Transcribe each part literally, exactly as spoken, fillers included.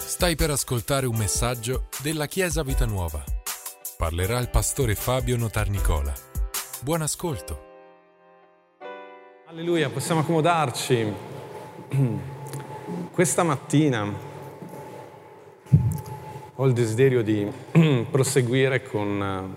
Stai per ascoltare un messaggio della Chiesa Vita Nuova. Parlerà il pastore Fabio Notarnicola. Buon ascolto. Alleluia, possiamo accomodarci. Questa mattina ho il desiderio di proseguire con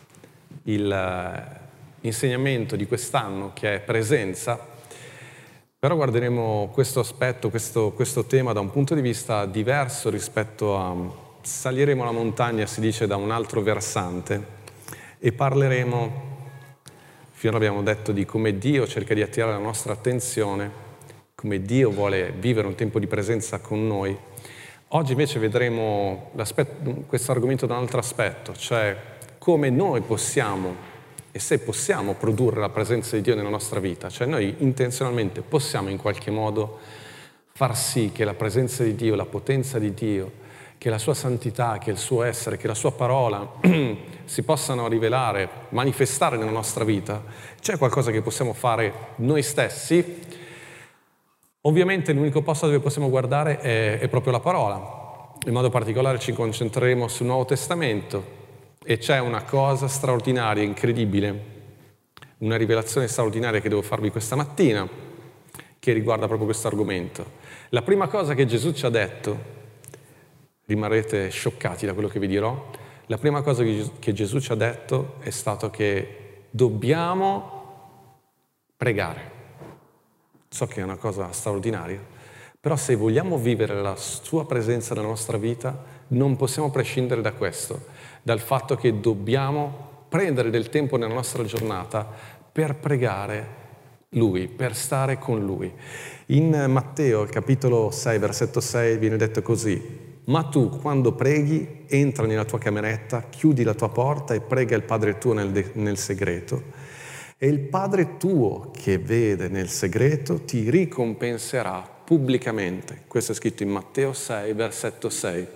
l'insegnamento di quest'anno, che è presenza. Però guarderemo questo aspetto, questo, questo tema da un punto di vista diverso rispetto a... saliremo la montagna, si dice, da un altro versante e parleremo, finora abbiamo detto, di come Dio cerca di attirare la nostra attenzione, come Dio vuole vivere un tempo di presenza con noi. Oggi invece vedremo questo argomento da un altro aspetto, cioè come noi possiamo e se possiamo produrre la presenza di Dio nella nostra vita, cioè noi intenzionalmente possiamo in qualche modo far sì che la presenza di Dio, la potenza di Dio, che la sua santità, che il suo essere, che la sua parola si possano rivelare, manifestare nella nostra vita. C'è qualcosa che possiamo fare noi stessi? Ovviamente l'unico posto dove possiamo guardare è, è proprio la parola. In modo particolare ci concentreremo sul Nuovo Testamento. E c'è una cosa straordinaria, incredibile, una rivelazione straordinaria che devo farvi questa mattina, che riguarda proprio questo argomento. La prima cosa che Gesù ci ha detto, rimarrete scioccati da quello che vi dirò, la prima cosa che Gesù ci ha detto è stato che dobbiamo pregare. So che è una cosa straordinaria, però se vogliamo vivere la sua presenza nella nostra vita, non possiamo prescindere da questo, dal fatto che dobbiamo prendere del tempo nella nostra giornata per pregare Lui, per stare con Lui. In Matteo, capitolo sei, versetto sei, viene detto così: ma tu, quando preghi, entra nella tua cameretta, chiudi la tua porta e prega il Padre tuo nel, de- nel segreto, e il Padre tuo che vede nel segreto ti ricompenserà pubblicamente. Questo è scritto in Matteo sei, versetto sei.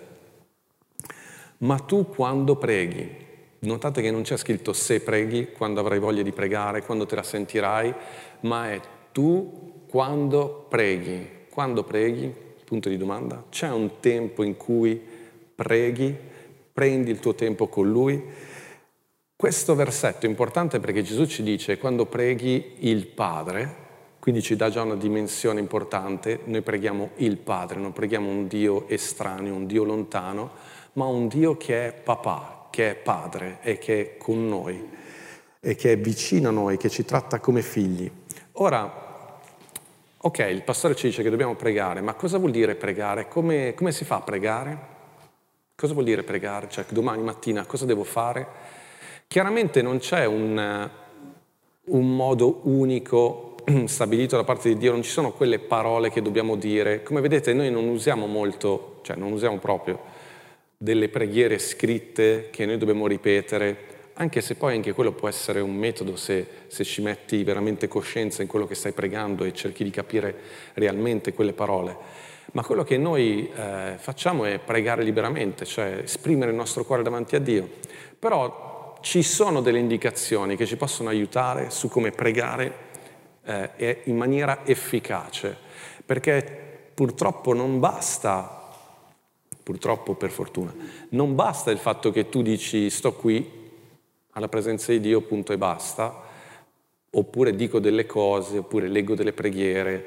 Ma tu quando preghi, notate che non c'è scritto se preghi, quando avrai voglia di pregare, quando te la sentirai, ma è tu quando preghi. Quando preghi? Punto di domanda. C'è un tempo in cui preghi, prendi il tuo tempo con Lui? Questo versetto è importante perché Gesù ci dice quando preghi il Padre, quindi ci dà già una dimensione importante, noi preghiamo il Padre, non preghiamo un Dio estraneo, un Dio lontano, ma un Dio che è papà, che è padre e che è con noi e che è vicino a noi, che ci tratta come figli. Ora, ok, il pastore ci dice che dobbiamo pregare, ma cosa vuol dire pregare? Come, come si fa a pregare? Cosa vuol dire pregare? Cioè, domani mattina cosa devo fare? Chiaramente non c'è un, un modo unico stabilito da parte di Dio, non ci sono quelle parole che dobbiamo dire. Come vedete noi non usiamo molto, cioè non usiamo proprio delle preghiere scritte che noi dobbiamo ripetere, anche se poi anche quello può essere un metodo se, se ci metti veramente coscienza in quello che stai pregando e cerchi di capire realmente quelle parole. Ma quello che noi eh, facciamo è pregare liberamente, cioè esprimere il nostro cuore davanti a Dio. Però ci sono delle indicazioni che ci possono aiutare su come pregare eh, in maniera efficace, perché purtroppo non basta Purtroppo, per fortuna, non basta il fatto che tu dici sto qui alla presenza di Dio, punto e basta, oppure dico delle cose, oppure leggo delle preghiere.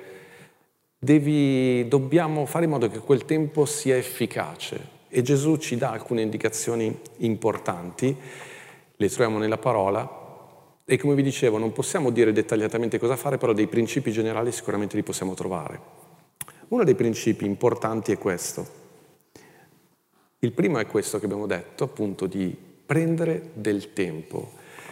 Devi, dobbiamo fare in modo che quel tempo sia efficace e Gesù ci dà alcune indicazioni importanti, le troviamo nella parola e come vi dicevo non possiamo dire dettagliatamente cosa fare, però dei principi generali sicuramente li possiamo trovare. Uno dei principi importanti è questo. Il primo è questo che abbiamo detto, appunto, di prendere del tempo.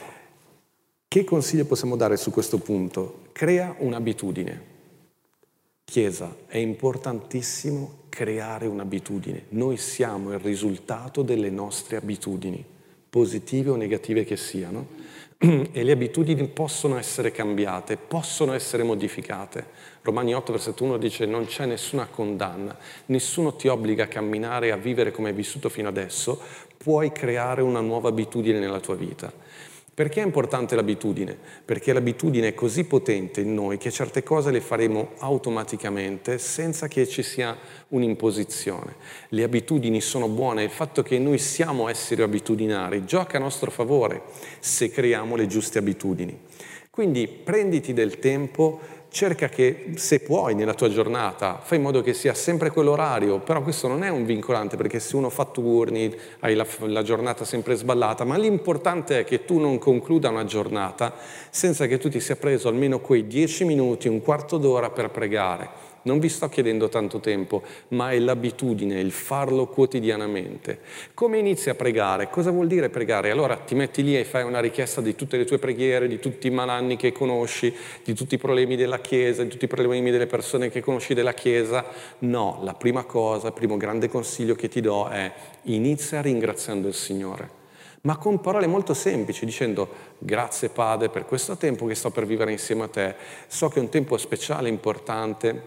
Che consiglio possiamo dare su questo punto? Crea un'abitudine. Chiesa, è importantissimo creare un'abitudine. Noi siamo il risultato delle nostre abitudini, positive o negative che siano, e le abitudini possono essere cambiate, possono essere modificate. Romani otto, versetto uno dice non c'è nessuna condanna, nessuno ti obbliga a camminare e a vivere come hai vissuto fino adesso, puoi creare una nuova abitudine nella tua vita. Perché è importante l'abitudine? Perché l'abitudine è così potente in noi che certe cose le faremo automaticamente senza che ci sia un'imposizione. Le abitudini sono buone, il fatto che noi siamo esseri abitudinari gioca a nostro favore se creiamo le giuste abitudini. Quindi prenditi del tempo, cerca che, se puoi, nella tua giornata, fai in modo che sia sempre quell'orario, però questo non è un vincolante, perché se uno fa turni, hai la, la giornata sempre sballata, ma l'importante è che tu non concluda una giornata senza che tu ti sia preso almeno quei dieci minuti, un quarto d'ora per pregare. Non vi sto chiedendo tanto tempo, ma è l'abitudine, il farlo quotidianamente. Come inizi a pregare? Cosa vuol dire pregare? Allora ti metti lì e fai una richiesta di tutte le tue preghiere, di tutti i malanni che conosci, di tutti i problemi della Chiesa, di tutti i problemi delle persone che conosci della Chiesa? No, la prima cosa, il primo grande consiglio che ti do è inizia ringraziando il Signore. Ma con parole molto semplici, dicendo grazie Padre per questo tempo che sto per vivere insieme a te, so che è un tempo speciale, importante.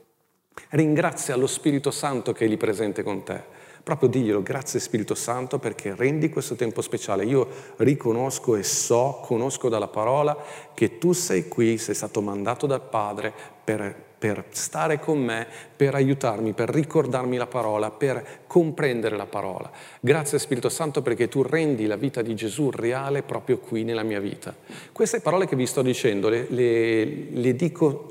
Ringrazia lo Spirito Santo che è lì presente con te. Proprio diglielo, grazie Spirito Santo perché rendi questo tempo speciale. Io riconosco e so, conosco dalla parola che tu sei qui, sei stato mandato dal Padre per, per stare con me, per aiutarmi, per ricordarmi la parola, per comprendere la parola. Grazie Spirito Santo perché tu rendi la vita di Gesù reale proprio qui nella mia vita. Queste parole che vi sto dicendo le, le, le dico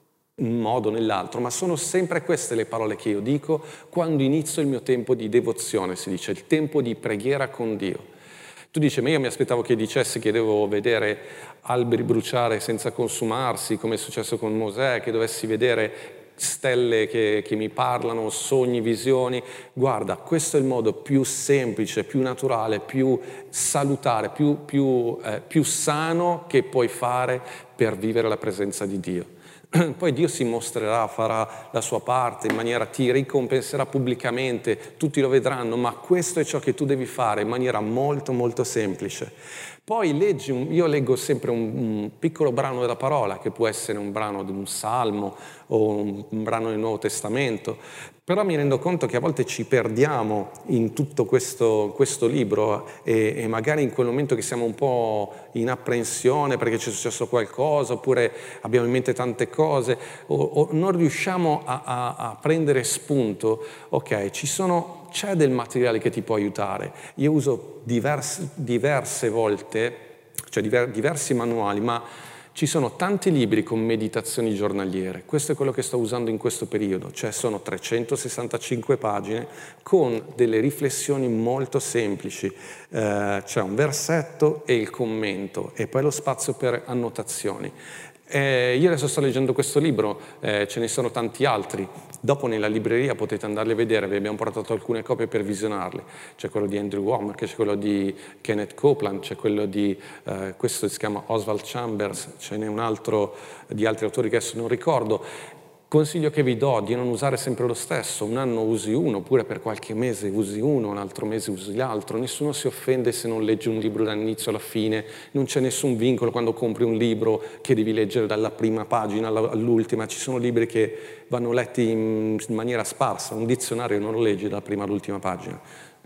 in un modo o nell'altro, ma sono sempre queste le parole che io dico quando inizio il mio tempo di devozione, si dice, il tempo di preghiera con Dio. Tu dici, ma io mi aspettavo che dicesse che devo vedere alberi bruciare senza consumarsi, come è successo con Mosè, che dovessi vedere stelle che, che mi parlano, sogni, visioni. Guarda, questo è il modo più semplice, più naturale, più salutare, più, più, eh, più sano che puoi fare per vivere la presenza di Dio. Poi Dio si mostrerà, farà la sua parte in maniera, ti ricompenserà pubblicamente, tutti lo vedranno, ma questo è ciò che tu devi fare in maniera molto molto semplice. Poi leggi, un, io leggo sempre un, un piccolo brano della parola, che può essere un brano di un salmo o un, un brano del Nuovo Testamento, però mi rendo conto che a volte ci perdiamo in tutto questo, questo libro e, e magari in quel momento che siamo un po' in apprensione perché ci è successo qualcosa oppure abbiamo in mente tante cose o, o non riusciamo a, a, a prendere spunto, ok, ci sono, c'è del materiale che ti può aiutare. Io uso diverse, diverse volte, cioè diver, diversi manuali, ma ci sono tanti libri con meditazioni giornaliere, questo è quello che sto usando in questo periodo, cioè sono trecentosessantacinque pagine con delle riflessioni molto semplici, eh, c'è un versetto e il commento e poi lo spazio per annotazioni. Eh, io adesso sto leggendo questo libro, eh, ce ne sono tanti altri, dopo nella libreria potete andarli a vedere, vi abbiamo portato alcune copie per visionarli, c'è quello di Andrew Wommack, c'è quello di Kenneth Copeland, c'è quello di, eh, questo si chiama Oswald Chambers, ce n'è un altro di altri autori che adesso non ricordo. Consiglio che vi do di non usare sempre lo stesso, un anno usi uno, oppure per qualche mese usi uno, un altro mese usi l'altro, nessuno si offende se non leggi un libro dall'inizio alla fine, non c'è nessun vincolo quando compri un libro che devi leggere dalla prima pagina all'ultima, ci sono libri che vanno letti in maniera sparsa, un dizionario non lo leggi dalla prima all'ultima pagina.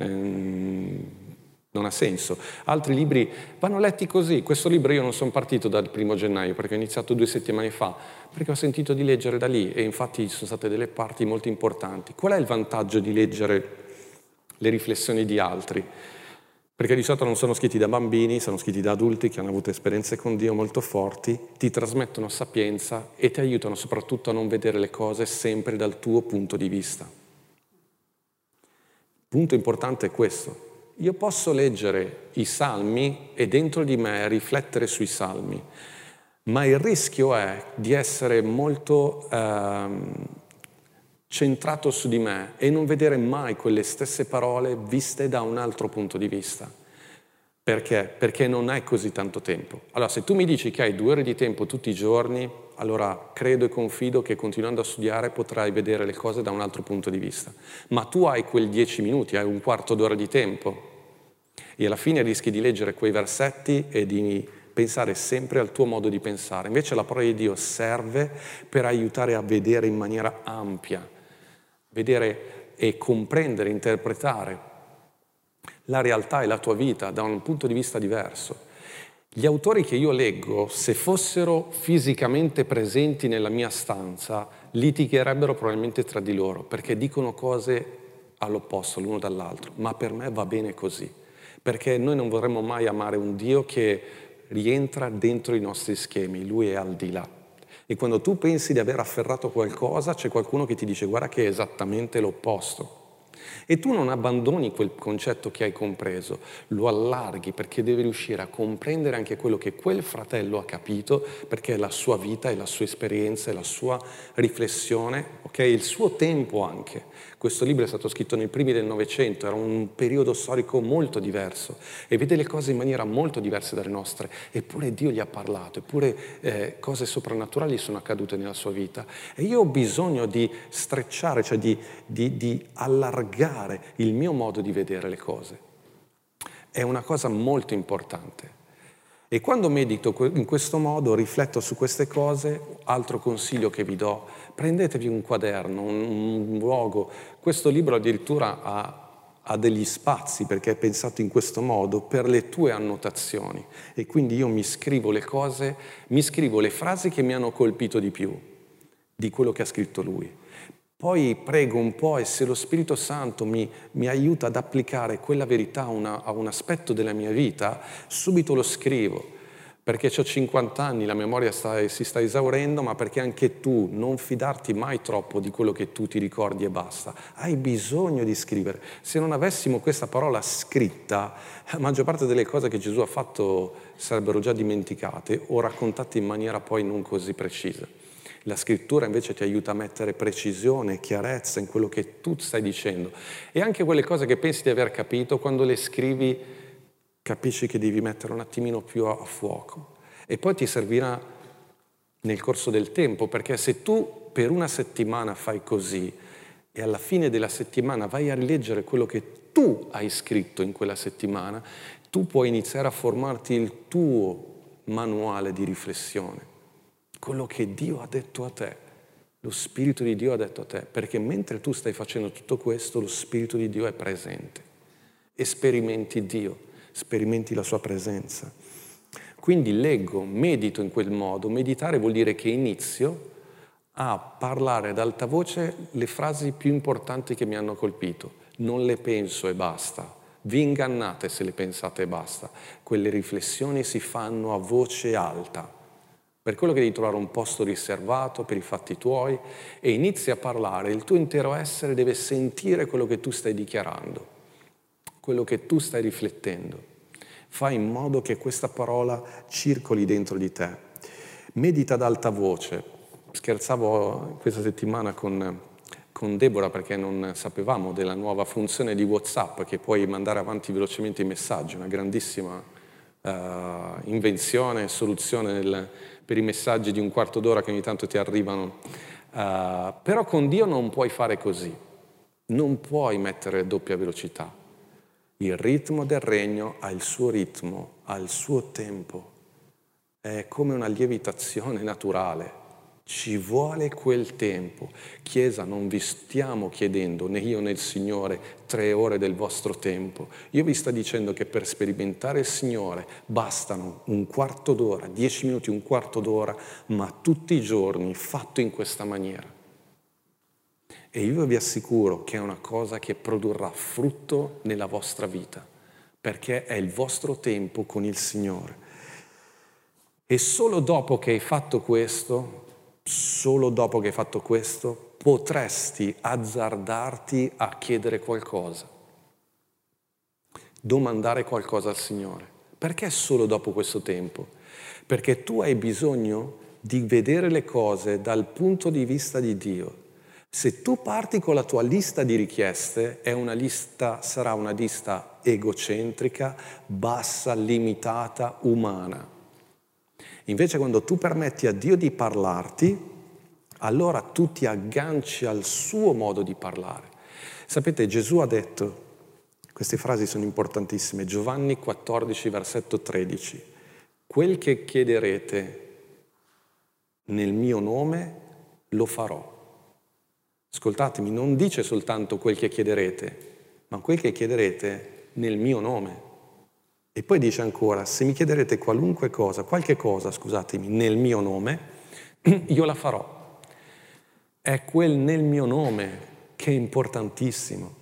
Ehm, non ha senso. Altri libri vanno letti così. Questo libro io non sono partito dal primo gennaio perché ho iniziato due settimane fa, perché ho sentito di leggere da lì e infatti ci sono state delle parti molto importanti. Qual è il vantaggio di leggere le riflessioni di altri? Perché di solito non sono scritti da bambini, sono scritti da adulti che hanno avuto esperienze con Dio molto forti, ti trasmettono sapienza e ti aiutano soprattutto a non vedere le cose sempre dal tuo punto di vista. Il punto importante è questo. Io posso leggere i salmi e dentro di me riflettere sui salmi, ma il rischio è di essere molto ehm, centrato su di me e non vedere mai quelle stesse parole viste da un altro punto di vista. Perché? Perché non hai così tanto tempo. Allora, se tu mi dici che hai due ore di tempo tutti i giorni, allora credo e confido che continuando a studiare potrai vedere le cose da un altro punto di vista. Ma tu hai quel dieci minuti, hai un quarto d'ora di tempo e alla fine rischi di leggere quei versetti e di pensare sempre al tuo modo di pensare. Invece la parola di Dio serve per aiutare a vedere in maniera ampia, vedere e comprendere, interpretare la realtà e la tua vita da un punto di vista diverso. Gli autori che io leggo, se fossero fisicamente presenti nella mia stanza, litigherebbero probabilmente tra di loro, perché dicono cose all'opposto l'uno dall'altro, ma per me va bene così, perché noi non vorremmo mai amare un Dio che rientra dentro i nostri schemi, Lui è al di là. E quando tu pensi di aver afferrato qualcosa, c'è qualcuno che ti dice guarda che è esattamente l'opposto. E tu non abbandoni quel concetto che hai compreso, lo allarghi perché devi riuscire a comprendere anche quello che quel fratello ha capito, perché è la sua vita, è la sua esperienza, è la sua riflessione, ok? Il suo tempo anche. Questo libro è stato scritto nei primi del Novecento, era un periodo storico molto diverso e vede le cose in maniera molto diversa dalle nostre, eppure Dio gli ha parlato, eppure eh, cose soprannaturali sono accadute nella sua vita. E io ho bisogno di strecciare, cioè di, di, di allargare il mio modo di vedere le cose. È una cosa molto importante. E quando medito in questo modo, rifletto su queste cose, altro consiglio che vi do, prendetevi un quaderno, un, un luogo. Questo libro addirittura ha, ha degli spazi, perché è pensato in questo modo, per le tue annotazioni. E quindi io mi scrivo le cose, mi scrivo le frasi che mi hanno colpito di più, di quello che ha scritto lui. Poi prego un po' e se lo Spirito Santo mi, mi aiuta ad applicare quella verità a, una, a un aspetto della mia vita, subito lo scrivo, perché ho cinquanta anni, la memoria sta, si sta esaurendo, ma perché anche tu non fidarti mai troppo di quello che tu ti ricordi e basta. Hai bisogno di scrivere. Se non avessimo questa parola scritta, la maggior parte delle cose che Gesù ha fatto sarebbero già dimenticate o raccontate in maniera poi non così precisa. La scrittura invece ti aiuta a mettere precisione, chiarezza in quello che tu stai dicendo. E anche quelle cose che pensi di aver capito, quando le scrivi capisci che devi mettere un attimino più a fuoco. E poi ti servirà nel corso del tempo, perché se tu per una settimana fai così e alla fine della settimana vai a rileggere quello che tu hai scritto in quella settimana, tu puoi iniziare a formarti il tuo manuale di riflessione. Quello che Dio ha detto a te, lo Spirito di Dio ha detto a te, perché mentre tu stai facendo tutto questo, lo Spirito di Dio è presente e sperimenti Dio, sperimenti la sua presenza. Quindi leggo, medito in quel modo. Meditare vuol dire che inizio a parlare ad alta voce le frasi più importanti che mi hanno colpito. Non le penso e basta. Vi ingannate se le pensate e basta. Quelle riflessioni si fanno a voce alta. Per quello che devi trovare un posto riservato per i fatti tuoi e inizi a parlare, il tuo intero essere deve sentire quello che tu stai dichiarando, quello che tu stai riflettendo. Fai in modo che questa parola circoli dentro di te. Medita ad alta voce. Scherzavo questa settimana con, con Deborah perché non sapevamo della nuova funzione di WhatsApp che puoi mandare avanti velocemente i messaggi, una grandissima uh, invenzione, soluzione nel... per i messaggi di un quarto d'ora che ogni tanto ti arrivano. Uh, però con Dio non puoi fare così. Non puoi mettere doppia velocità. Il ritmo del regno ha il suo ritmo, ha il suo tempo. È come una lievitazione naturale. Ci vuole quel tempo. Chiesa, non vi stiamo chiedendo, né io né il Signore, tre ore del vostro tempo. Io vi sto dicendo che per sperimentare il Signore bastano un quarto d'ora, dieci minuti, un quarto d'ora, ma tutti i giorni fatto in questa maniera. E io vi assicuro che è una cosa che produrrà frutto nella vostra vita, perché è il vostro tempo con il Signore. E solo dopo che hai fatto questo... Solo dopo che hai fatto questo potresti azzardarti a chiedere qualcosa, domandare qualcosa al Signore. Perché solo dopo questo tempo? Perché tu hai bisogno di vedere le cose dal punto di vista di Dio. Se tu parti con la tua lista di richieste, è una lista, sarà una lista egocentrica, bassa, limitata, umana. Invece quando tu permetti a Dio di parlarti, allora tu ti agganci al suo modo di parlare. Sapete, Gesù ha detto, queste frasi sono importantissime, Giovanni quattordici, versetto tredici, quel che chiederete nel mio nome lo farò. Ascoltatemi, non dice soltanto quel che chiederete, ma quel che chiederete nel mio nome. E poi dice ancora, se mi chiederete qualunque cosa, qualche cosa, scusatemi, nel mio nome, io la farò. È quel nel mio nome che è importantissimo.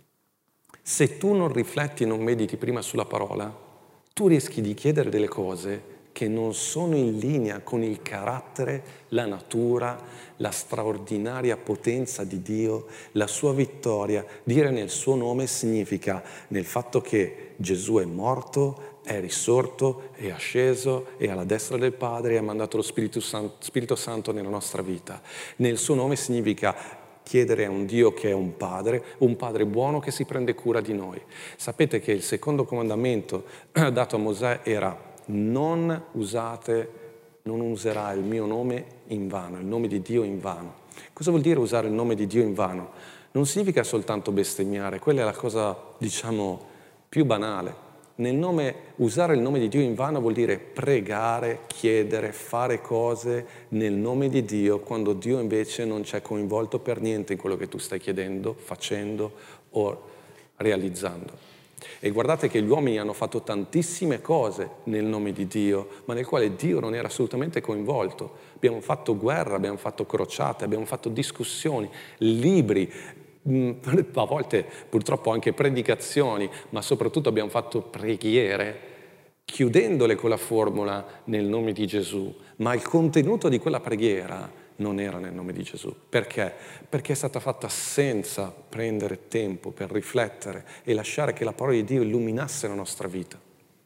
Se tu non rifletti e non mediti prima sulla parola, tu rischi di chiedere delle cose che non sono in linea con il carattere, la natura, la straordinaria potenza di Dio, la sua vittoria. Dire nel suo nome significa nel fatto che Gesù è morto, è risorto, è asceso, è alla destra del Padre e ha mandato lo Spirito Santo, Spirito Santo nella nostra vita. Nel suo nome significa chiedere a un Dio che è un Padre, un Padre buono che si prende cura di noi. Sapete che il secondo comandamento dato a Mosè era non usate, non userai il mio nome in vano, il nome di Dio in vano. Cosa vuol dire usare il nome di Dio in vano? Non significa soltanto bestemmiare, quella è la cosa, diciamo, più banale. Nel nome, usare il nome di Dio in vano vuol dire pregare, chiedere, fare cose nel nome di Dio, quando Dio invece non c'è coinvolto per niente in quello che tu stai chiedendo, facendo o realizzando. E guardate che gli uomini hanno fatto tantissime cose nel nome di Dio, ma nel quale Dio non era assolutamente coinvolto. Abbiamo fatto guerra, abbiamo fatto crociate, abbiamo fatto discussioni, libri, a volte purtroppo anche predicazioni, ma soprattutto abbiamo fatto preghiere, chiudendole con la formula nel nome di Gesù. Ma il contenuto di quella preghiera non era nel nome di Gesù. Perché? Perché è stata fatta senza prendere tempo per riflettere e lasciare che la parola di Dio illuminasse la nostra vita.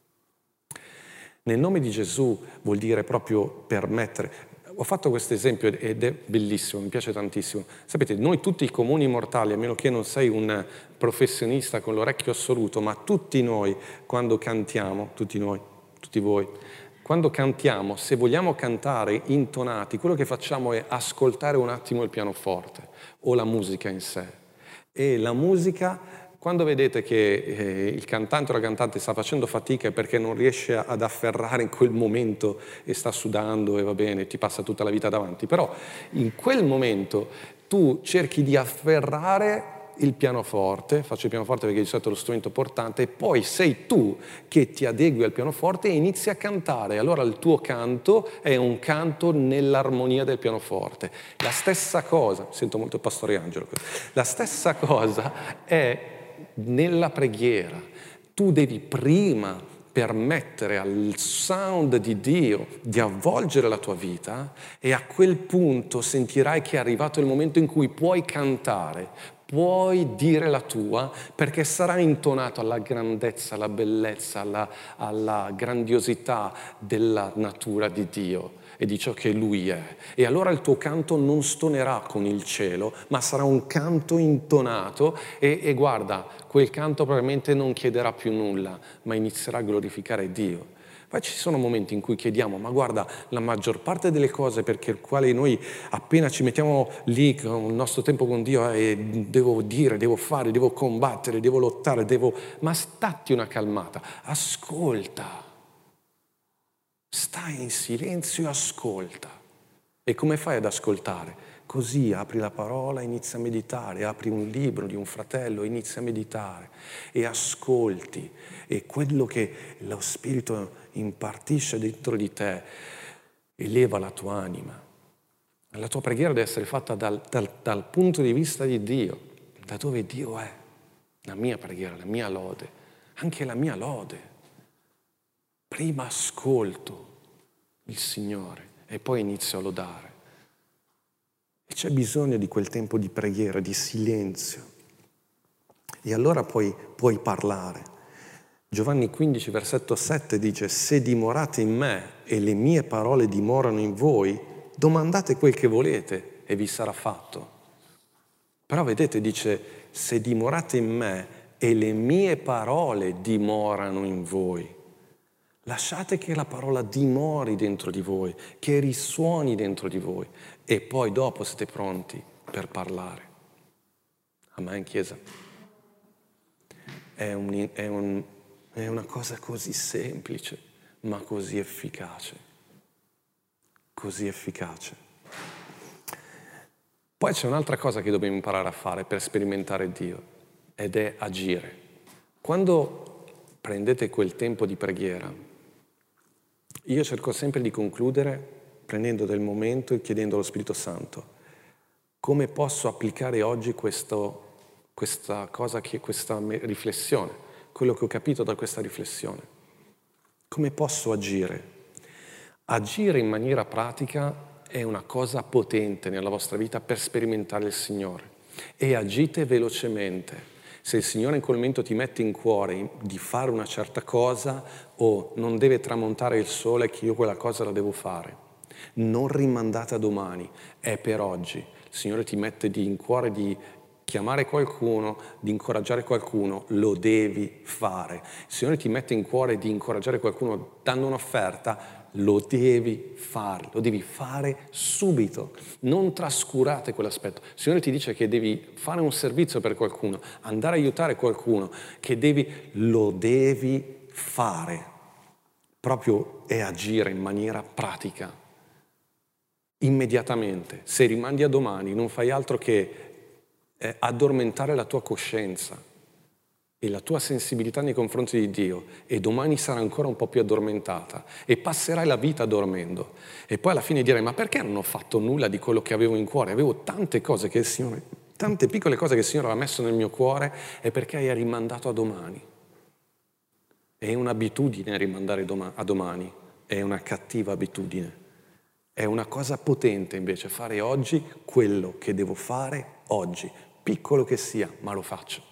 Nel nome di Gesù vuol dire proprio permettere. Ho fatto questo esempio ed è bellissimo, mi piace tantissimo. Sapete, noi tutti i comuni mortali, a meno che non sei un professionista con l'orecchio assoluto, ma tutti noi quando cantiamo, tutti noi, tutti voi, quando cantiamo, se vogliamo cantare intonati, quello che facciamo è ascoltare un attimo il pianoforte o la musica in sé. E la musica, quando vedete che eh, il cantante o la cantante sta facendo fatica perché non riesce ad afferrare in quel momento e sta sudando e va bene, ti passa tutta la vita davanti, però in quel momento tu cerchi di afferrare il pianoforte, faccio il pianoforte perché di solito è lo strumento portante, e poi sei tu che ti adegui al pianoforte e inizi a cantare. Allora il tuo canto è un canto nell'armonia del pianoforte. La stessa cosa, sento molto il pastore Angelo, la stessa cosa è nella preghiera. Tu devi prima permettere al sound di Dio di avvolgere la tua vita e a quel punto sentirai che è arrivato il momento in cui puoi cantare, puoi dire la tua, perché sarà intonato alla grandezza, alla bellezza, alla, alla grandiosità della natura di Dio e di ciò che Lui è. E allora il tuo canto non stonerà con il cielo, ma sarà un canto intonato e, e guarda, quel canto probabilmente non chiederà più nulla, ma inizierà a glorificare Dio. Poi ci sono momenti in cui chiediamo, ma guarda, la maggior parte delle cose perché il quale noi appena ci mettiamo lì con il nostro tempo con Dio e eh, devo dire, devo fare, devo combattere, devo lottare, devo... Ma statti una calmata, ascolta, stai in silenzio e ascolta. E come fai ad ascoltare? Così apri la parola, inizia a meditare, apri un libro di un fratello, inizia a meditare e ascolti. E quello che lo Spirito impartisce dentro di te eleva la tua anima. La tua preghiera deve essere fatta dal, dal, dal punto di vista di Dio, da dove Dio è. La mia preghiera, la mia lode, anche la mia lode. Prima ascolto il Signore e poi inizio a lodare. E c'è bisogno di quel tempo di preghiera, di silenzio. E allora poi puoi parlare. Giovanni quindici, versetto sette dice: se dimorate in me e le mie parole dimorano in voi, domandate quel che volete e vi sarà fatto. Però vedete, dice, se dimorate in me e le mie parole dimorano in voi. Lasciate che la parola dimori dentro di voi, che risuoni dentro di voi e poi dopo siete pronti per parlare. Amen, Chiesa. È, un, è, un, è una cosa così semplice, ma così efficace. Così efficace. Poi c'è un'altra cosa che dobbiamo imparare a fare per sperimentare Dio, ed è agire. Quando prendete quel tempo di preghiera. Io cerco sempre di concludere prendendo del momento e chiedendo allo Spirito Santo come posso applicare oggi questo, questa cosa, che, questa riflessione, quello che ho capito da questa riflessione. Come posso agire? Agire in maniera pratica è una cosa potente nella vostra vita per sperimentare il Signore. E agite velocemente. Se il Signore in quel momento ti mette in cuore di fare una certa cosa, o non deve tramontare il sole che io quella cosa la devo fare, non rimandate a domani, è per oggi. Il Signore ti mette di in cuore di chiamare qualcuno, di incoraggiare qualcuno, lo devi fare. Il Signore ti mette in cuore di incoraggiare qualcuno dando un'offerta, lo devi fare, lo devi fare subito. Non trascurate quell'aspetto. Il Signore ti dice che devi fare un servizio per qualcuno, andare a aiutare qualcuno, che devi, lo devi fare. Proprio è agire in maniera pratica. Immediatamente. Se rimandi a domani non fai altro che eh, addormentare la tua coscienza e la tua sensibilità nei confronti di Dio, e domani sarà ancora un po' più addormentata e passerai la vita dormendo e poi alla fine dirai: ma perché non ho fatto nulla di quello che avevo in cuore? Avevo tante cose che il Signore, tante piccole cose che il Signore aveva messo nel mio cuore, e perché hai rimandato a domani. È un'abitudine rimandare doma- a domani, è una cattiva abitudine. È una cosa potente invece fare oggi quello che devo fare oggi, piccolo che sia, ma lo faccio.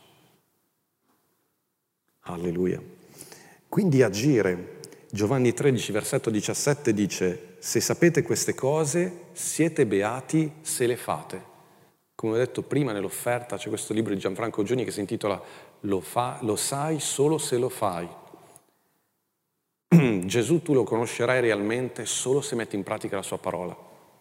Alleluia. Quindi agire. Giovanni tredici, versetto diciassette dice: se sapete queste cose, siete beati se le fate. Come ho detto prima nell'offerta, c'è questo libro di Gianfranco Giugni che si intitola Lo, fa, lo sai solo se lo fai. Gesù tu lo conoscerai realmente solo se metti in pratica la sua parola.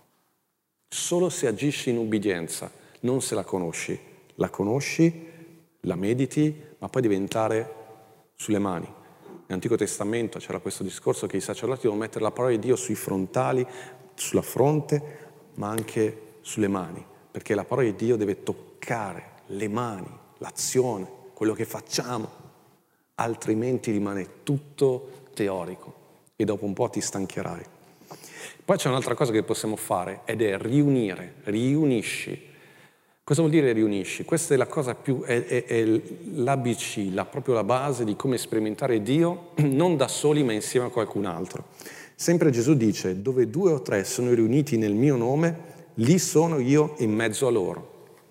Solo se agisci in ubbidienza, non se la conosci. La conosci, la mediti, ma poi diventare sulle mani. Nell'Antico Testamento c'era questo discorso che i sacerdoti devono mettere la parola di Dio sui frontali, sulla fronte, ma anche sulle mani, perché la parola di Dio deve toccare le mani, l'azione, quello che facciamo, altrimenti rimane tutto teorico e dopo un po' ti stancherai. Poi c'è un'altra cosa che possiamo fare ed è riunire, riunisci. Cosa vuol dire riunisci? Questa è la cosa più, è, è, è l'A B C, la, proprio la base di come sperimentare Dio, non da soli ma insieme a qualcun altro. Sempre Gesù dice: dove due o tre sono riuniti nel mio nome, lì sono io in mezzo a loro.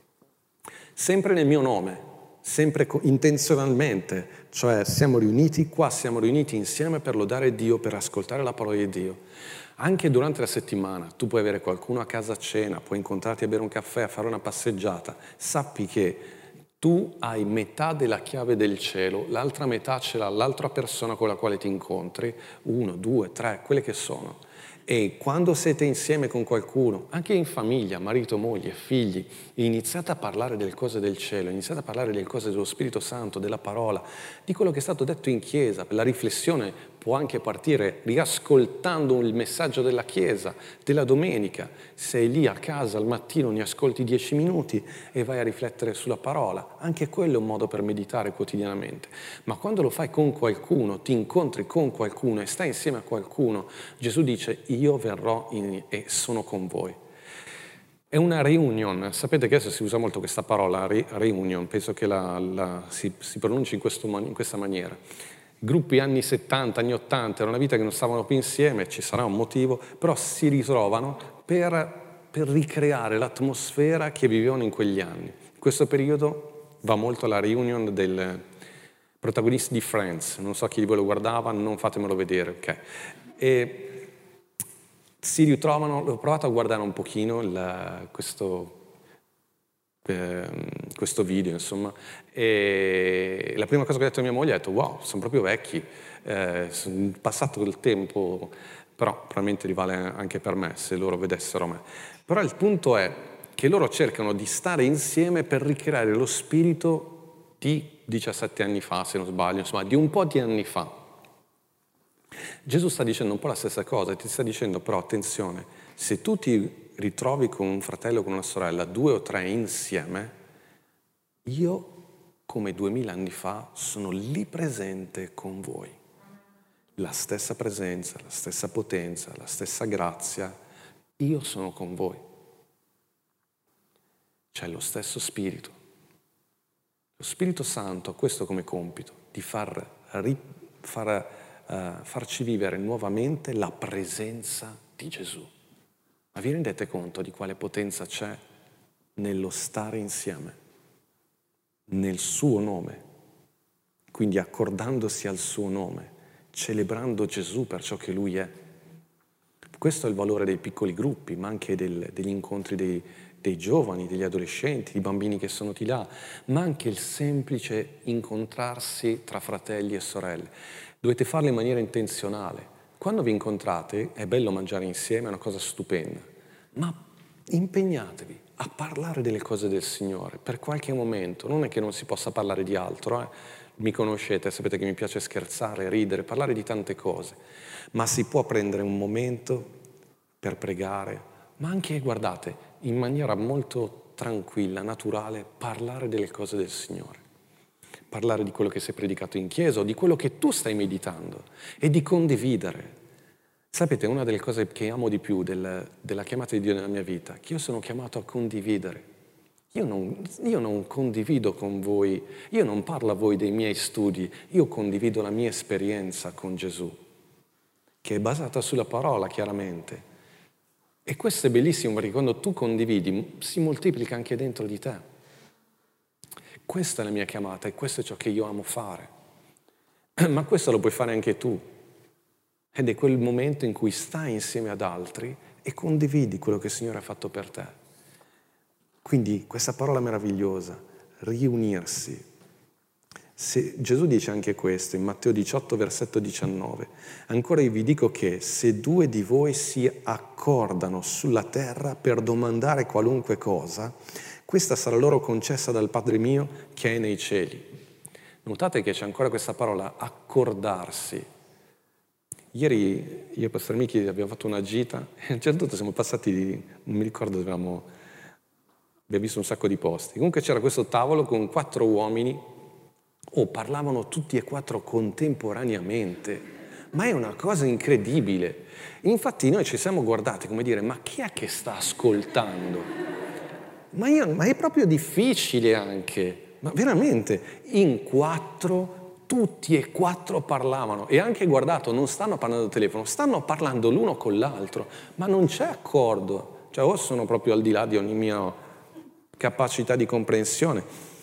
Sempre nel mio nome, sempre intenzionalmente, cioè siamo riuniti qua, siamo riuniti insieme per lodare Dio, per ascoltare la parola di Dio. Anche durante la settimana tu puoi avere qualcuno a casa a cena, puoi incontrarti a bere un caffè, a fare una passeggiata. Sappi che tu hai metà della chiave del cielo, l'altra metà ce l'ha l'altra persona con la quale ti incontri, uno, due, tre, quelle che sono. E quando siete insieme con qualcuno, anche in famiglia, marito, moglie, figli, iniziate a parlare delle cose del cielo, iniziate a parlare delle cose dello Spirito Santo, della parola, di quello che è stato detto in chiesa. La riflessione può anche partire riascoltando il messaggio della chiesa, della domenica. Sei lì a casa al mattino, ne ascolti dieci minuti e vai a riflettere sulla parola. Anche quello è un modo per meditare quotidianamente. Ma quando lo fai con qualcuno, ti incontri con qualcuno e stai insieme a qualcuno, Gesù dice: io verrò in, e sono con voi. È una reunion. Sapete che adesso si usa molto questa parola, re, reunion, penso che la, la, si, si pronunci in, questo, in questa maniera. Gruppi anni settanta, anni ottanta, era una vita che non stavano più insieme, ci sarà un motivo, però si ritrovano per, per ricreare l'atmosfera che vivevano in quegli anni. In questo periodo va molto la reunion del protagonisti di Friends, non so chi di voi lo guardava, non fatemelo vedere, ok? E si ritrovano, ho provato a guardare un pochino il, questo, eh, questo video, insomma, e la prima cosa che ho detto a mia moglie è detto: wow, sono proprio vecchi, eh, sono passato del tempo, però probabilmente rivale anche per me se loro vedessero me. Però il punto è che loro cercano di stare insieme per ricreare lo spirito di diciassette anni fa, se non sbaglio, insomma, di un po' di anni fa. Gesù sta dicendo un po' la stessa cosa, ti sta dicendo però attenzione, se tu ti ritrovi con un fratello o con una sorella, due o tre insieme, io come duemila anni fa sono lì presente con voi. La stessa presenza, la stessa potenza, la stessa grazia, io sono con voi. C'è lo stesso Spirito. Lo Spirito Santo ha questo come compito, di far, far, uh, farci vivere nuovamente la presenza di Gesù. Ma vi rendete conto di quale potenza c'è nello stare insieme, nel suo nome, quindi accordandosi al suo nome, celebrando Gesù per ciò che Lui è. Questo è il valore dei piccoli gruppi, ma anche del, degli incontri dei, dei giovani, degli adolescenti, di bambini che sono di là, ma anche il semplice incontrarsi tra fratelli e sorelle. Dovete farlo in maniera intenzionale. Quando vi incontrate è bello mangiare insieme, è una cosa stupenda, ma impegnatevi a parlare delle cose del Signore per qualche momento. Non è che non si possa parlare di altro, eh? Mi conoscete, sapete che mi piace scherzare, ridere, parlare di tante cose, ma si può prendere un momento per pregare, ma anche, guardate, in maniera molto tranquilla, naturale, parlare delle cose del Signore, parlare di quello che si è predicato in chiesa o di quello che tu stai meditando e di condividere. Sapete, una delle cose che amo di più del, della chiamata di Dio nella mia vita, che io sono chiamato a condividere. Io non, io non condivido con voi, io non parlo a voi dei miei studi, io condivido la mia esperienza con Gesù, che è basata sulla parola, chiaramente. E questo è bellissimo, perché quando tu condividi, si moltiplica anche dentro di te. Questa è la mia chiamata e questo è ciò che io amo fare. Ma questo lo puoi fare anche tu. Ed è quel momento in cui stai insieme ad altri e condividi quello che il Signore ha fatto per te. Quindi questa parola meravigliosa, riunirsi. Se, Gesù dice anche questo in Matteo diciotto, versetto diciannove. Ancora io vi dico che se due di voi si accordano sulla terra per domandare qualunque cosa, questa sarà loro concessa dal Padre mio che è nei cieli. Notate che c'è ancora questa parola, accordarsi. Ieri io e Pastor Michi abbiamo fatto una gita e a un certo punto siamo passati, non mi ricordo dove avevamo... Abbiamo visto un sacco di posti. Comunque c'era questo tavolo con quattro uomini, oh, parlavano tutti e quattro contemporaneamente, ma è una cosa incredibile. Infatti noi ci siamo guardati come dire, ma chi è che sta ascoltando? Ma, io, ma è proprio difficile anche, ma veramente, in quattro, tutti e quattro parlavano. E anche guardato, non stanno parlando al telefono, stanno parlando l'uno con l'altro, ma non c'è accordo. Cioè o sono proprio al di là di ogni mia capacità di comprensione.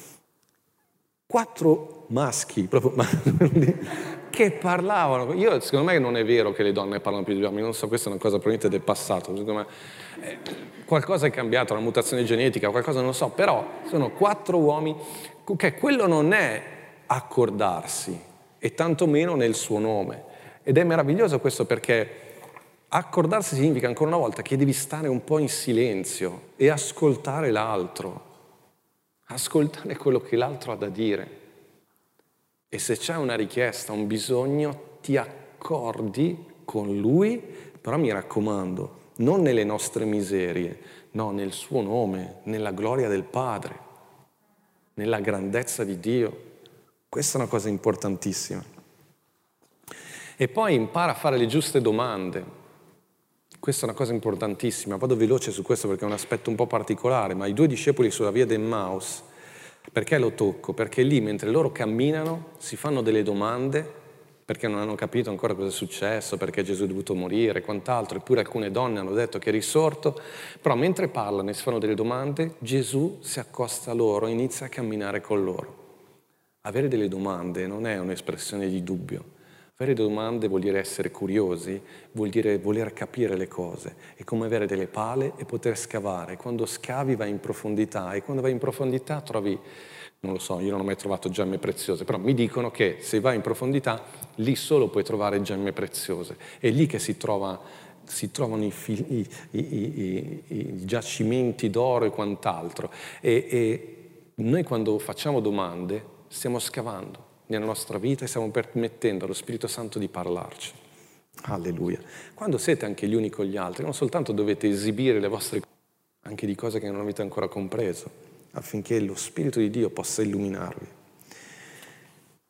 Quattro maschi proprio che parlavano. Io, secondo me non è vero che le donne parlano più di uomini, non so, questa è una cosa probabilmente del passato. Secondo me eh, qualcosa è cambiato, una mutazione genetica, qualcosa non lo so, però sono quattro uomini che quello non è accordarsi e tantomeno nel suo nome. Ed è meraviglioso questo perché accordarsi significa ancora una volta che devi stare un po' in silenzio e ascoltare l'altro, ascoltare quello che l'altro ha da dire. E se c'è una richiesta, un bisogno, ti accordi con lui, però mi raccomando, non nelle nostre miserie, no, nel suo nome, nella gloria del Padre, nella grandezza di Dio. Questa è una cosa importantissima. E poi impara a fare le giuste domande. Questa è una cosa importantissima, vado veloce su questo perché è un aspetto un po' particolare, ma i due discepoli sulla via d'Emmaus, perché lo tocco? Perché lì mentre loro camminano si fanno delle domande, perché non hanno capito ancora cosa è successo, perché Gesù è dovuto morire e quant'altro, eppure alcune donne hanno detto che è risorto, però mentre parlano e si fanno delle domande, Gesù si accosta a loro e inizia a camminare con loro. Avere delle domande non è un'espressione di dubbio. Avere domande vuol dire essere curiosi, vuol dire voler capire le cose. È come avere delle pale e poter scavare. Quando scavi vai in profondità e quando vai in profondità trovi, non lo so, io non ho mai trovato gemme preziose, però mi dicono che se vai in profondità lì solo puoi trovare gemme preziose. È lì che si trova, si trovano i, fil, i, i, i, i giacimenti d'oro e quant'altro. E, e noi quando facciamo domande stiamo scavando nella nostra vita e stiamo permettendo allo Spirito Santo di parlarci. Alleluia. Quando siete anche gli uni con gli altri, non soltanto dovete esibire le vostre cose, anche di cose che non avete ancora compreso, affinché lo Spirito di Dio possa illuminarvi.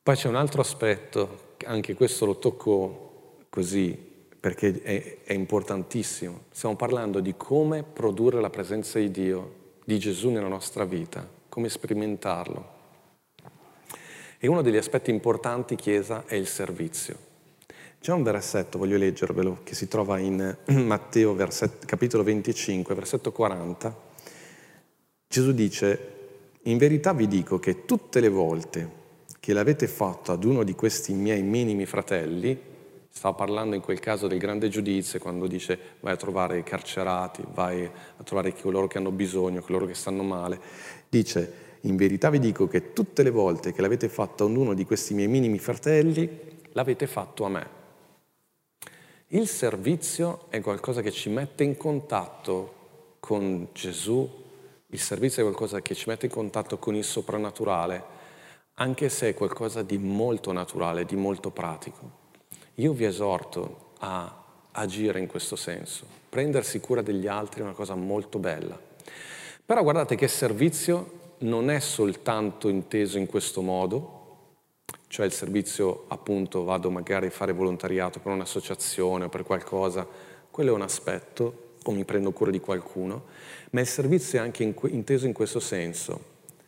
Poi c'è un altro aspetto, anche questo lo tocco così, perché è, è importantissimo. Stiamo parlando di come produrre la presenza di Dio, di Gesù nella nostra vita, come sperimentarlo. E uno degli aspetti importanti, Chiesa, è il servizio. C'è un versetto, voglio leggervelo, che si trova in Matteo versetto, capitolo venticinque, versetto quaranta. Gesù dice: in verità vi dico che tutte le volte che l'avete fatto ad uno di questi miei minimi fratelli, stava parlando in quel caso del grande giudizio, quando dice vai a trovare i carcerati, vai a trovare coloro che hanno bisogno, coloro che stanno male, dice: in verità vi dico che tutte le volte che l'avete fatto ad uno di questi miei minimi fratelli, l'avete fatto a me. Il servizio è qualcosa che ci mette in contatto con Gesù, il servizio è qualcosa che ci mette in contatto con il soprannaturale, anche se è qualcosa di molto naturale, di molto pratico. Io vi esorto a agire in questo senso. Prendersi cura degli altri è una cosa molto bella. Però guardate che servizio non è soltanto inteso in questo modo, cioè il servizio, appunto, vado magari a fare volontariato per un'associazione o per qualcosa, quello è un aspetto, o mi prendo cura di qualcuno, ma il servizio è anche in, inteso in questo senso.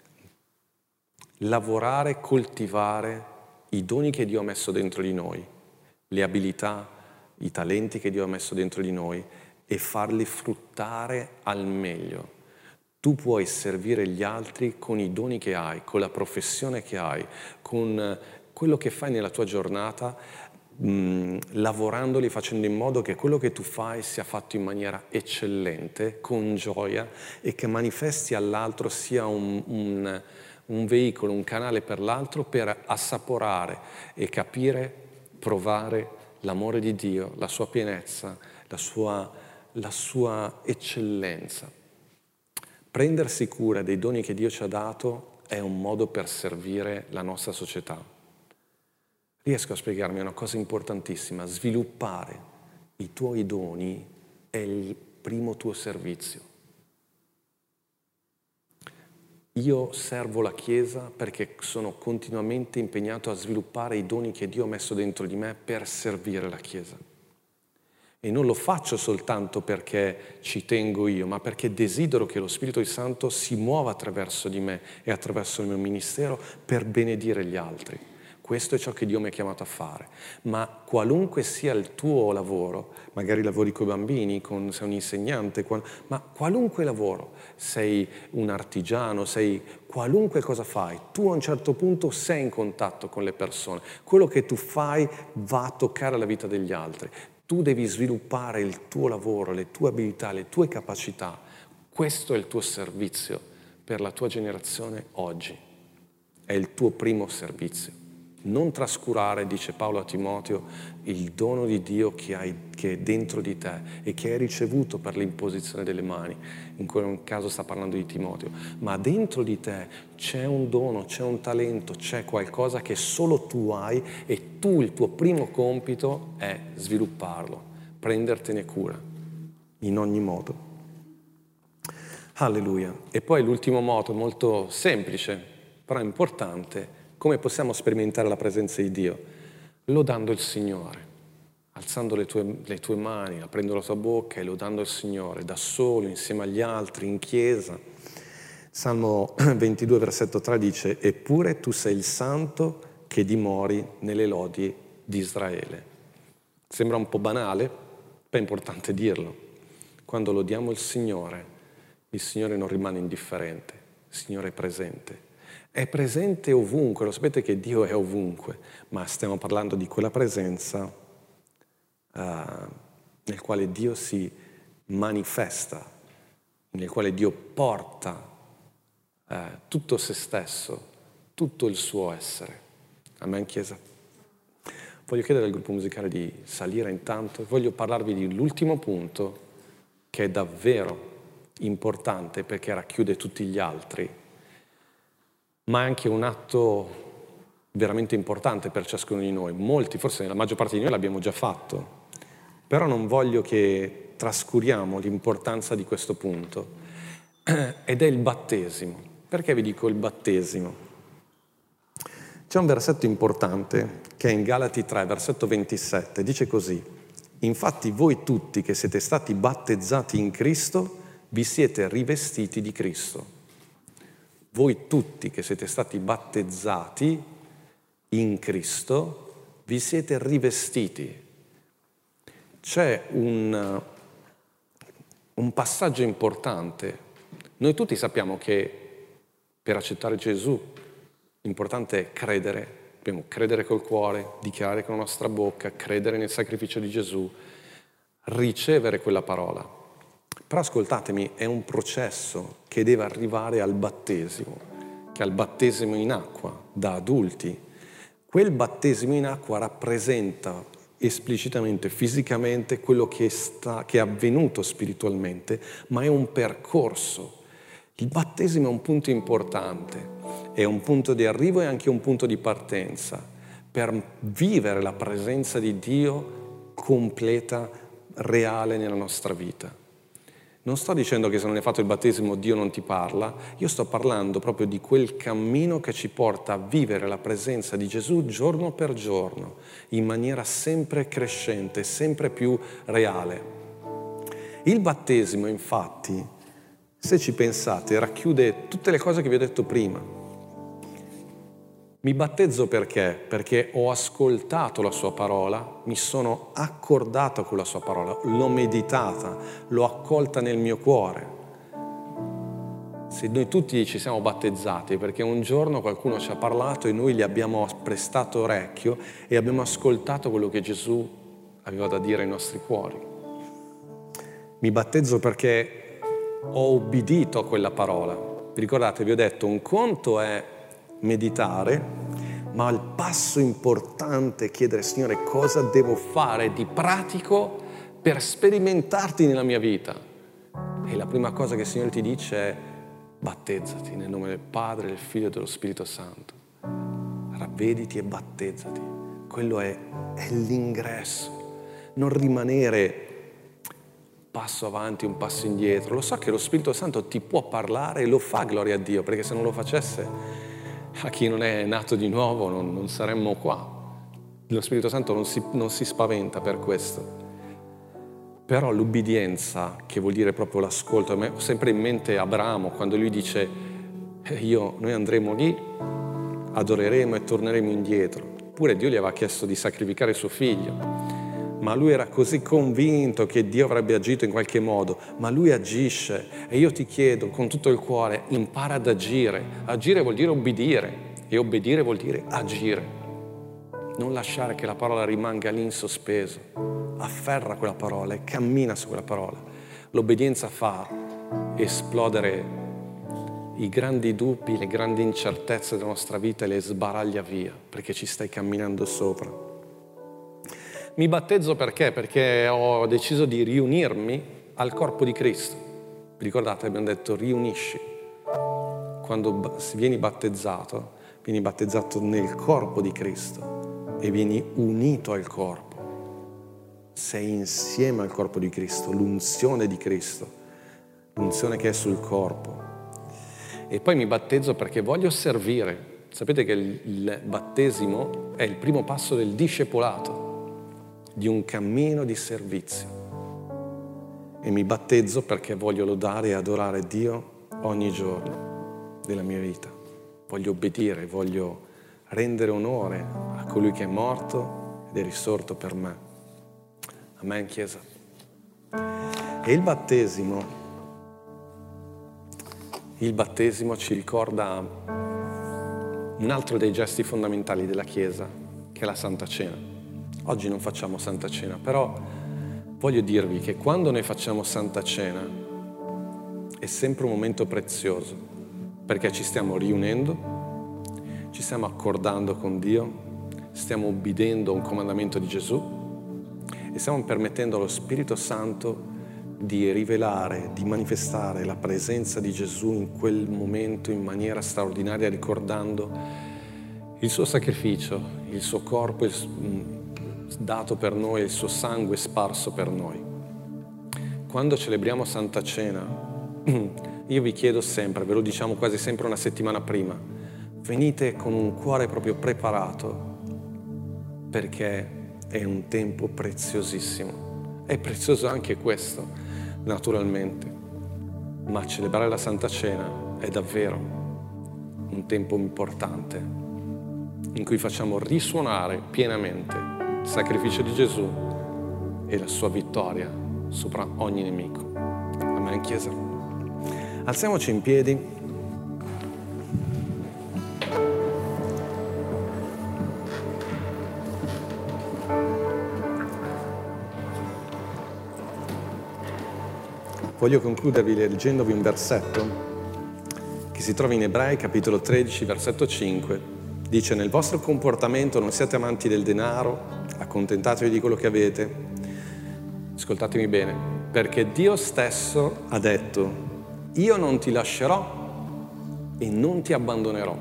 Lavorare, coltivare i doni che Dio ha messo dentro di noi, le abilità, i talenti che Dio ha messo dentro di noi e farli fruttare al meglio. Tu puoi servire gli altri con i doni che hai, con la professione che hai, con quello che fai nella tua giornata, mh, lavorandoli, facendo in modo che quello che tu fai sia fatto in maniera eccellente, con gioia, e che manifesti all'altro sia un, un, un veicolo, un canale per l'altro per assaporare e capire, provare l'amore di Dio, la sua pienezza, la sua, la sua eccellenza. Prendersi cura dei doni che Dio ci ha dato è un modo per servire la nostra società. Riesco a spiegarmi una cosa importantissima: sviluppare i tuoi doni è il primo tuo servizio. Io servo la Chiesa perché sono continuamente impegnato a sviluppare i doni che Dio ha messo dentro di me per servire la Chiesa. E non lo faccio soltanto perché ci tengo io, ma perché desidero che lo Spirito Santo si muova attraverso di me e attraverso il mio ministero per benedire gli altri. Questo è ciò che Dio mi ha chiamato a fare. Ma qualunque sia il tuo lavoro, magari lavori con i bambini, con, sei un insegnante, qual, ma qualunque lavoro, sei un artigiano, sei qualunque cosa fai, tu a un certo punto sei in contatto con le persone. Quello che tu fai va a toccare la vita degli altri. Tu devi sviluppare il tuo lavoro, le tue abilità, le tue capacità. Questo è il tuo servizio per la tua generazione oggi. È il tuo primo servizio. Non trascurare, dice Paolo a Timoteo, il dono di Dio che hai, che è dentro di te e che hai ricevuto per l'imposizione delle mani. In quel caso sta parlando di Timoteo. Ma dentro di te c'è un dono, c'è un talento, c'è qualcosa che solo tu hai e tu, il tuo primo compito è svilupparlo, prendertene cura, in ogni modo. Alleluia. E poi l'ultimo modo, molto semplice, però importante: come possiamo sperimentare la presenza di Dio? Lodando il Signore, alzando le tue, le tue mani, aprendo la tua bocca e lodando il Signore, da solo, insieme agli altri, in chiesa. Salmo ventidue, versetto tre dice: eppure tu sei il santo che dimori nelle lodi di Israele. Sembra un po' banale, ma è importante dirlo. Quando lodiamo il Signore, il Signore non rimane indifferente, il Signore è presente. È presente ovunque, lo sapete che Dio è ovunque, ma stiamo parlando di quella presenza uh, nel quale Dio si manifesta, nel quale Dio porta uh, tutto se stesso, tutto il suo essere. Amen, Chiesa? Voglio chiedere al gruppo musicale di salire intanto e voglio parlarvi di l'ultimo punto che è davvero importante perché racchiude tutti gli altri, ma è anche un atto veramente importante per ciascuno di noi. Molti, forse la maggior parte di noi l'abbiamo già fatto, però non voglio che trascuriamo l'importanza di questo punto, ed è il battesimo. Perché vi dico il battesimo? C'è un versetto importante che è in Galati tre, versetto ventisette, dice così: infatti voi tutti che siete stati battezzati in Cristo, vi siete rivestiti di Cristo. Voi tutti che siete stati battezzati in Cristo, vi siete rivestiti. C'è un, un passaggio importante. Noi tutti sappiamo che per accettare Gesù l'importante è credere, dobbiamo credere col cuore, dichiarare con la nostra bocca, credere nel sacrificio di Gesù, ricevere quella parola. Però ascoltatemi, è un processo che deve arrivare al battesimo, che è il battesimo in acqua, da adulti. Quel battesimo in acqua rappresenta esplicitamente, fisicamente, quello che, sta, che è avvenuto spiritualmente, ma è un percorso. Il battesimo è un punto importante, è un punto di arrivo e anche un punto di partenza per vivere la presenza di Dio completa, reale nella nostra vita. Non sto dicendo che se non hai fatto il battesimo Dio non ti parla, io sto parlando proprio di quel cammino che ci porta a vivere la presenza di Gesù giorno per giorno, in maniera sempre crescente, sempre più reale. Il battesimo, infatti, se ci pensate, racchiude tutte le cose che vi ho detto prima. Mi battezzo perché? Perché ho ascoltato la sua parola, mi sono accordato con la sua parola, l'ho meditata, l'ho accolta nel mio cuore. Se noi tutti ci siamo battezzati perché un giorno qualcuno ci ha parlato e noi gli abbiamo prestato orecchio e abbiamo ascoltato quello che Gesù aveva da dire ai nostri cuori. Mi battezzo perché ho obbedito a quella parola. Vi ricordate, vi ho detto, un conto è meditare, ma il passo importante è chiedere: Signore, cosa devo fare di pratico per sperimentarti nella mia vita? E la prima cosa che il Signore ti dice è: battezzati nel nome del Padre, del Figlio e dello Spirito Santo. Ravvediti e battezzati. Quello è, è l'ingresso. Non rimanere passo avanti, un passo indietro. Lo so che lo Spirito Santo ti può parlare e lo fa, gloria a Dio, perché se non lo facesse, a chi non è nato di nuovo non, non saremmo qua. Lo Spirito Santo non si, non si spaventa per questo. Però l'ubbidienza, che vuol dire proprio l'ascolto, ho sempre in mente Abramo quando lui dice eh, io, noi andremo lì, adoreremo e torneremo indietro. Pure Dio gli aveva chiesto di sacrificare suo figlio, ma lui era così convinto che Dio avrebbe agito in qualche modo, ma lui agisce. E io ti chiedo con tutto il cuore, impara ad agire. Agire vuol dire obbedire e obbedire vuol dire agire. Non lasciare che la parola rimanga lì in sospeso. Afferra quella parola e cammina su quella parola. L'obbedienza fa esplodere i grandi dubbi, le grandi incertezze della nostra vita e le sbaraglia via, perché ci stai camminando sopra. Mi battezzo perché? Perché ho deciso di riunirmi al corpo di Cristo. Vi ricordate? Abbiamo detto riunisci. Quando vieni battezzato, vieni battezzato nel corpo di Cristo e vieni unito al corpo. Sei insieme al corpo di Cristo, l'unzione di Cristo, l'unzione che è sul corpo. E poi mi battezzo perché voglio servire. Sapete che il battesimo è il primo passo del discepolato, di un cammino di servizio. E mi battezzo perché voglio lodare e adorare Dio ogni giorno della mia vita. Voglio obbedire, voglio rendere onore a colui che è morto ed è risorto per me. Amen, Chiesa. E il battesimo, il battesimo ci ricorda un altro dei gesti fondamentali della Chiesa, che è la Santa Cena. Oggi non facciamo Santa Cena, però voglio dirvi che quando noi facciamo Santa Cena è sempre un momento prezioso, perché ci stiamo riunendo, ci stiamo accordando con Dio, stiamo obbedendo a un comandamento di Gesù e stiamo permettendo allo Spirito Santo di rivelare, di manifestare la presenza di Gesù in quel momento in maniera straordinaria, ricordando il suo sacrificio, il suo corpo, il dato per noi, il suo sangue sparso per noi. Quando celebriamo Santa Cena, io vi chiedo sempre, ve lo diciamo quasi sempre una settimana prima, venite con un cuore proprio preparato, perché è un tempo preziosissimo. È prezioso anche questo, naturalmente, ma celebrare la Santa Cena è davvero un tempo importante in cui facciamo risuonare pienamente il sacrificio di Gesù e la sua vittoria sopra ogni nemico. Amen, Chiesa. Alziamoci in piedi. Voglio concludervi leggendovi un versetto che si trova in Ebrei, capitolo tredici, versetto cinque. Dice: nel vostro comportamento non siate amanti del denaro, accontentatevi di quello che avete. Ascoltatemi bene, perché Dio stesso ha detto: io non ti lascerò e non ti abbandonerò.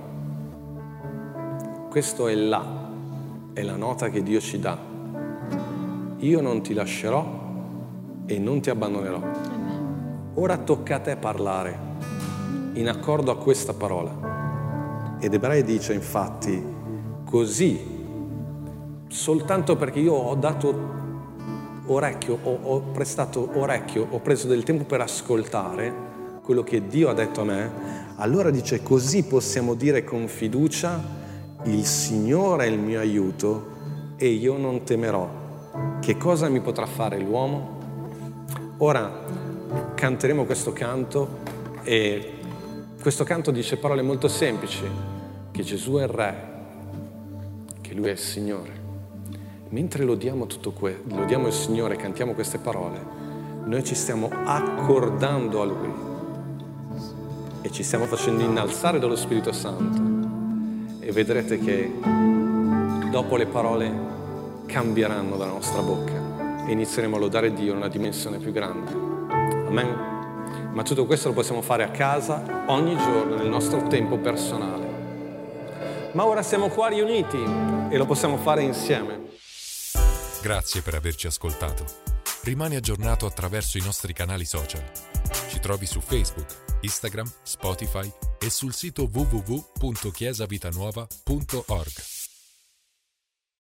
Questo è là, è la nota che Dio ci dà. Io non ti lascerò e non ti abbandonerò. Ora tocca a te parlare in accordo a questa parola. Ed Ebrei dice infatti così, soltanto perché io ho dato orecchio, ho, ho prestato orecchio, ho preso del tempo per ascoltare quello che Dio ha detto a me, allora dice così possiamo dire con fiducia: il Signore è il mio aiuto e io non temerò. Che cosa mi potrà fare l'uomo? Ora canteremo questo canto e questo canto dice parole molto semplici: che Gesù è il Re, che Lui è il Signore. Mentre lodiamo tutto que- lodiamo il Signore, cantiamo queste parole, noi ci stiamo accordando a Lui e ci stiamo facendo innalzare dallo Spirito Santo, e vedrete che dopo le parole cambieranno dalla nostra bocca e inizieremo a lodare Dio in una dimensione più grande. Amen. Ma tutto questo lo possiamo fare a casa, ogni giorno, nel nostro tempo personale. Ma ora siamo qua riuniti e lo possiamo fare insieme. Grazie per averci ascoltato. Rimani aggiornato attraverso i nostri canali social. Ci trovi su Facebook, Instagram, Spotify e sul sito w w w punto chiesa vita nuova punto org.